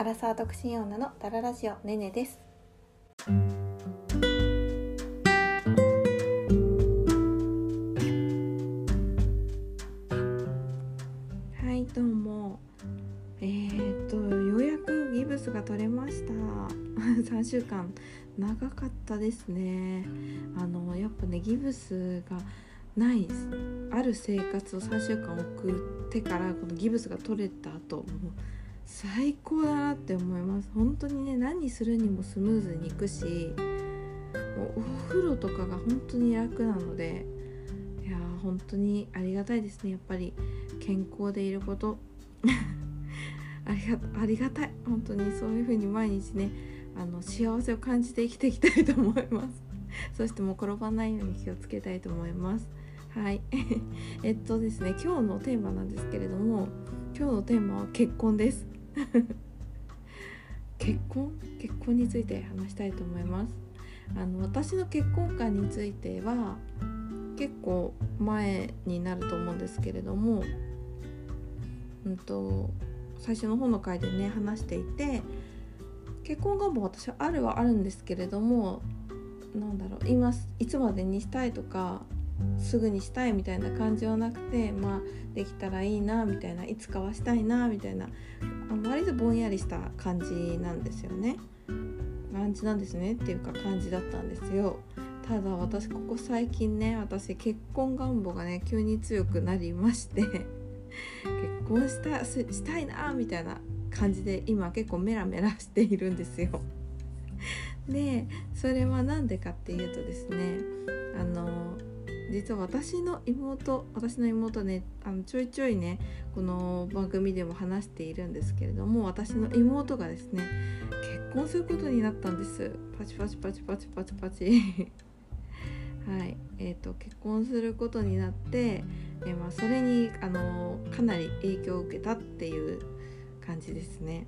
アラサー独身女のダララジオねねです。はいどうも、ようやくギブスが取れました3週間長かったですね。やっぱねギブスがないある生活を3週間送ってからこのギブスが取れた後もう最高だなって思います。本当にね何するにもスムーズにいくし、もうお風呂とかが本当に楽なので、いや本当にありがたいですね。やっぱり健康でいることありがたい。本当にそういう風に毎日ね幸せを感じて生きていきたいと思いますそしてもう転ばないように気をつけたいと思います。はいですね、今日のテーマなんですけれども、今日のテーマは結婚です結婚について話したいと思います。私の結婚観については結構前になると思うんですけれども、最初の方の回でね話していて、結婚願望私はあるんですけれども、今いつまでにしたいとかすぐにしたいみたいな感じはなくて、できたらいいなみたいな、いつかはしたいなみたいな、割とぼんやりした感じなんですねっていうか感じだったんですよ。ただ私ここ最近ね、結婚願望がね急に強くなりまして結婚したいなみたいな感じで今結構メラメラしているんですよでそれはなんでかっていうとですね、実は私の妹ね、ちょいちょいねこの番組でも話しているんですけれども、私の妹がですね結婚することになったんです。パチパチパチパチパチパチはい、結婚することになって、それにかなり影響を受けたっていう感じですね。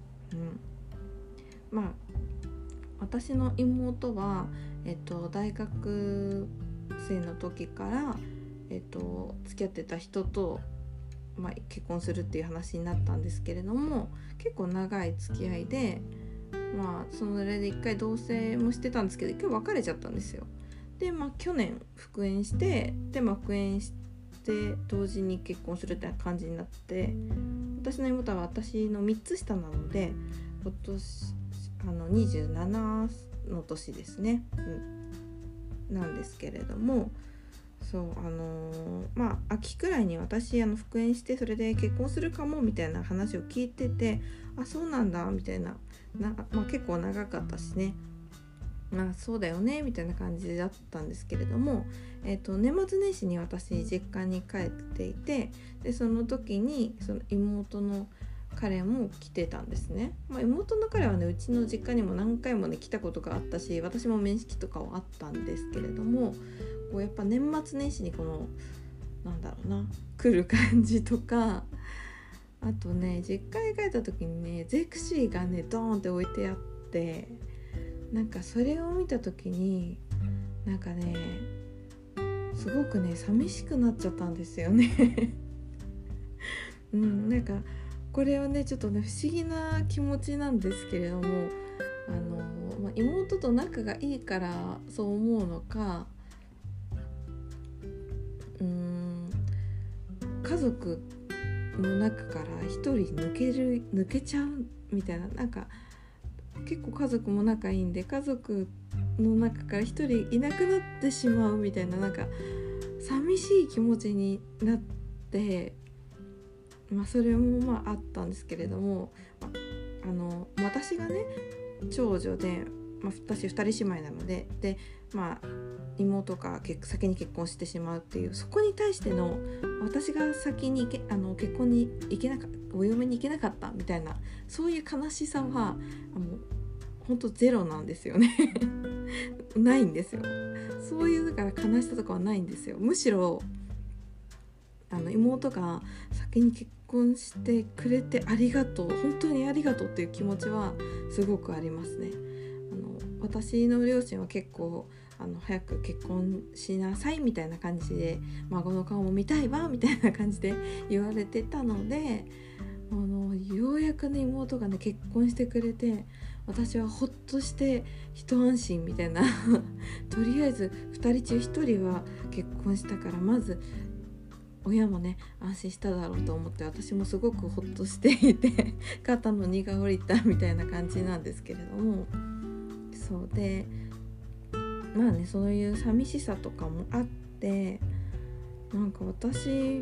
私の妹は、大学生の時から、付き合ってた人と、結婚するっていう話になったんですけれども、結構長い付き合いで、それで一回同棲もしてたんですけど、一回別れちゃったんですよ。で、去年復縁して、同時に結婚するって感じになって、私の妹は私の3つ下なので今年27の年ですね、なんですけれども、そう秋くらいに私復縁してそれで結婚するかもみたいな話を聞いてて、そうなんだみたいな、結構長かったしね、そうだよねみたいな感じだったんですけれども、年末年始に私実家に帰っていて、でその時にその妹の彼も来てたんですね。妹の彼はねうちの実家にも何回もね来たことがあったし、私も面識とかはあったんですけれども、こうやっぱ年末年始にこの来る感じとか、あとね実家に帰った時にねゼクシーがねドーンって置いてあって、それを見た時にすごくね寂しくなっちゃったんですよねこれはねちょっとね不思議な気持ちなんですけれども、妹と仲がいいからそう思うのか、家族の中から一人抜けちゃうみたいな、結構家族も仲いいんで、家族の中から一人いなくなってしまうみたいな、寂しい気持ちになって、それもあったんですけれども、私がね長女で、私2人姉妹なので、妹が先に結婚してしまうっていう、そこに対しての私が先に結婚に行けなかった、お嫁に行けなかったみたいな、そういう悲しさは本当ゼロなんですよねないんですよ。そういうだから悲しさとかはないんですよ。むしろ妹が先に結婚してくれてありがとう、本当にありがとうっていう気持ちはすごくありますね。私の両親は結構早く結婚しなさいみたいな感じで、孫の顔も見たいわみたいな感じで言われてたので、 ようやくね妹がね結婚してくれて、私はほっとして一安心みたいなとりあえず2人中1人は結婚したから、まず親もね安心しただろうと思って、私もすごくほっとしていて肩の荷が下りたみたいな感じなんですけれども、そうでまあね、そういう寂しさとかもあって、なんか私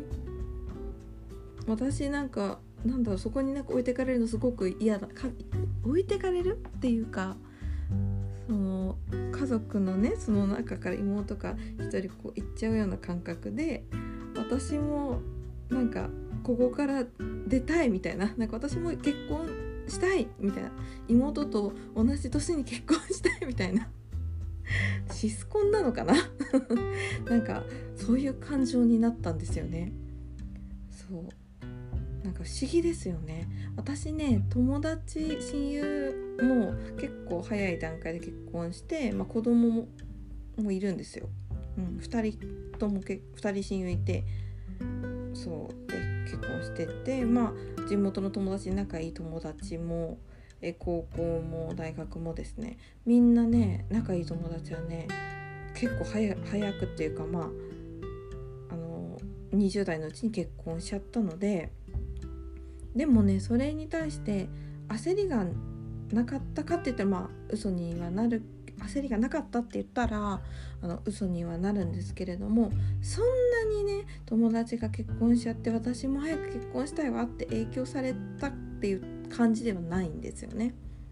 なんかなんだろう、そこになんか置いてかれるのすごく嫌だ。置いてかれるっていうか、その家族のねその中から妹が一人こう行っちゃうような感覚で、私もなんかここから出たいみたいな、なんか私も結婚したいみたいな、妹と同じ年に結婚したいみたいなシスコンなのかななんかそういう感情になったんですよね。そうなんか不思議ですよね。私ね、友達親友も結構早い段階で結婚して、子供もいるんですよ、2人とも2人親友いて、そうで結婚してて、地元の友達、仲いい友達も高校も大学もですね、みんなね仲いい友達はね結構早くっていうか、20代のうちに結婚しちゃったので、でもねそれに対して焦りがなかったかって言ったら嘘にはなる、焦りがなかったって言ったら嘘にはなるんですけれども、そんなにね友達が結婚しちゃって私も早く結婚したいわって影響されたっていう感じではないんですよね。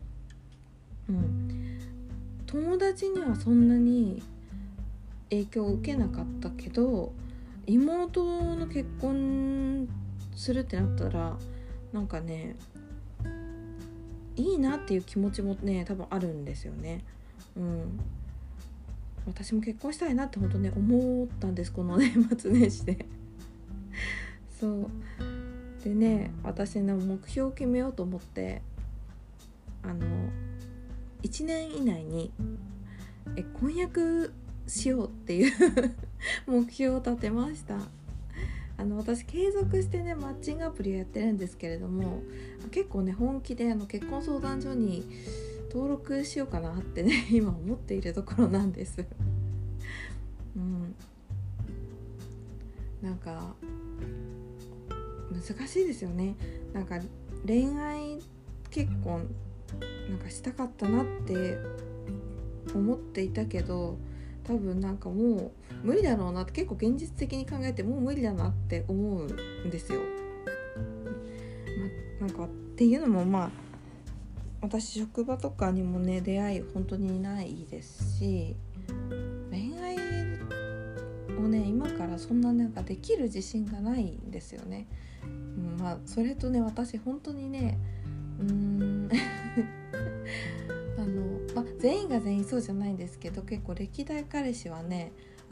友達にはそんなに影響を受けなかったけど、妹の結婚するってなったらなんかねいいなっていう気持ちもね多分あるんですよね。私も結婚したいなって本当ね思ったんです、この年末年始でそうでね、私の目標を決めようと思って、1年以内に婚約しようっていう目標を立てました。私継続してねマッチングアプリをやってるんですけれども、結構ね本気で結婚相談所に登録しようかなってね今思っているところなんですなんか難しいですよね。なんか恋愛結婚なんかしたかったなって思っていたけど、多分なんかもう無理だろうなって、結構現実的に考えてもう無理だなって思うんですよ。なんかっていうのも私職場とかにもね出会い本当にないですし、恋愛をね今からそんななんかできる自信がないんですよね。それとね私本当にね全員が全員そうじゃないんですけど、結構歴代彼氏はね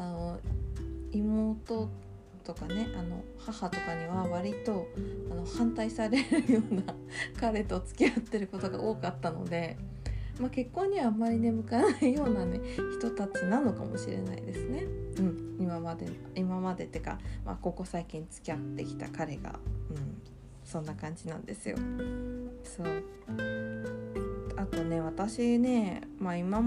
妹とかね母とかには割と反対されるような彼と付き合ってることが多かったので、結婚にはあんまりね向かないようなね人たちなのかもしれないですね。今までってか、ここ最近付き合ってきた彼が、そんな感じなんですよ。そうあとね私ね、今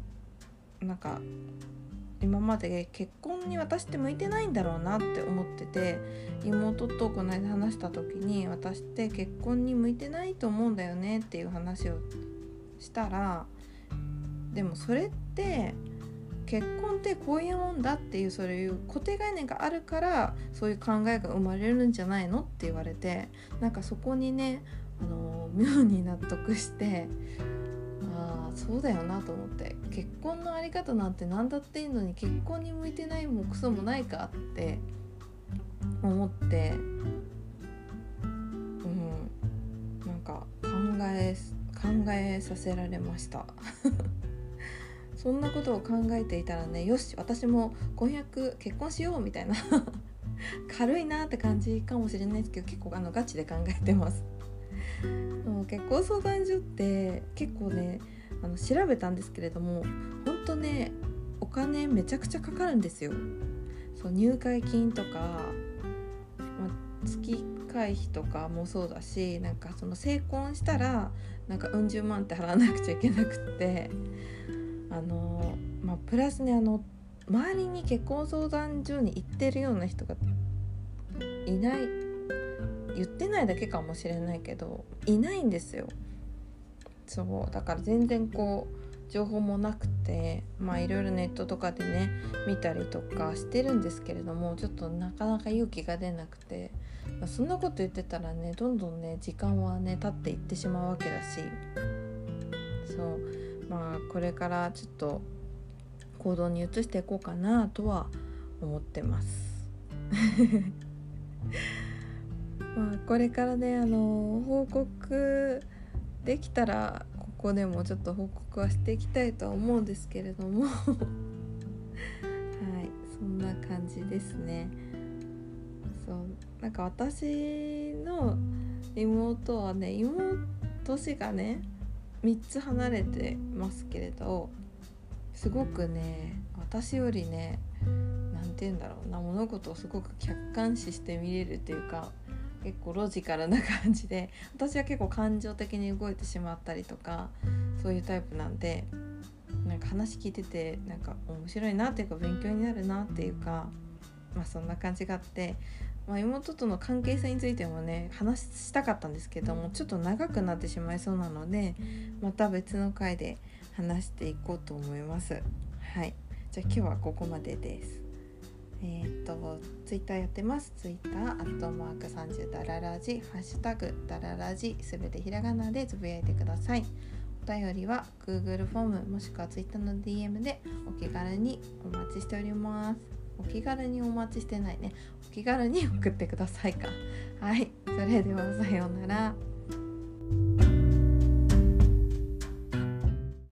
まで結婚に私って向いてないんだろうなって思ってて、妹とこの間話した時に、私って結婚に向いてないと思うんだよねっていう話をしたら、でもそれって結婚ってこういうもんだっていう、そういう固定概念があるからそういう考えが生まれるんじゃないのって言われて、なんかそこにね妙に納得して、そうだよなと思って、結婚のあり方なんて何だっていいのに結婚に向いてないもクソもないかって思って、なんか考えさせられましたそんなことを考えていたらね、よし私も結婚しようみたいな軽いなって感じかもしれないですけど、結構ガチで考えてます結婚相談所って結構ね調べたんですけれども、ほんとねお金めちゃくちゃかかるんですよ。そう入会金とか、月回避とかもそうだし、なんかその成婚したらなんかうん十万って払わなくちゃいけなくって、プラスね、周りに結婚相談所に行ってるような人がいない、言ってないだけかもしれないけどいないんですよ。そうだから全然こう情報もなくて、いろいろネットとかでね見たりとかしてるんですけれども、ちょっとなかなか勇気が出なくて、そんなこと言ってたらねどんどんね時間はね経っていってしまうわけだし、そうこれからちょっと行動に移していこうかなとは思ってますこれからね報告できたらここでもちょっと報告はしていきたいとは思うんですけれどもはい、そんな感じですね。そうなんか私の妹はね、年がね3つ離れてますけれど、すごくね私よりね、なんて言うんだろうな、物事をすごく客観視して見れるっていうか、結構ロジカルな感じで、私は結構感情的に動いてしまったりとかそういうタイプなんで、なんか話聞いててなんか面白いなっていうか勉強になるなっていうか、そんな感じがあって、妹との関係性についてもね話したかったんですけども、ちょっと長くなってしまいそうなので、また別の回で話していこうと思います。はい、じゃあ今日はここまでです。ツイッターやってます。ツイッター@30ダララジ、ハッシュタグダララジ、すべてひらがなでつぶやいてください。お便りは Google フォームもしくは Twitter の DM でお気軽にお待ちしております。お気軽にお待ちしてないね、お気軽に送ってくださいか。はい、それではさようなら。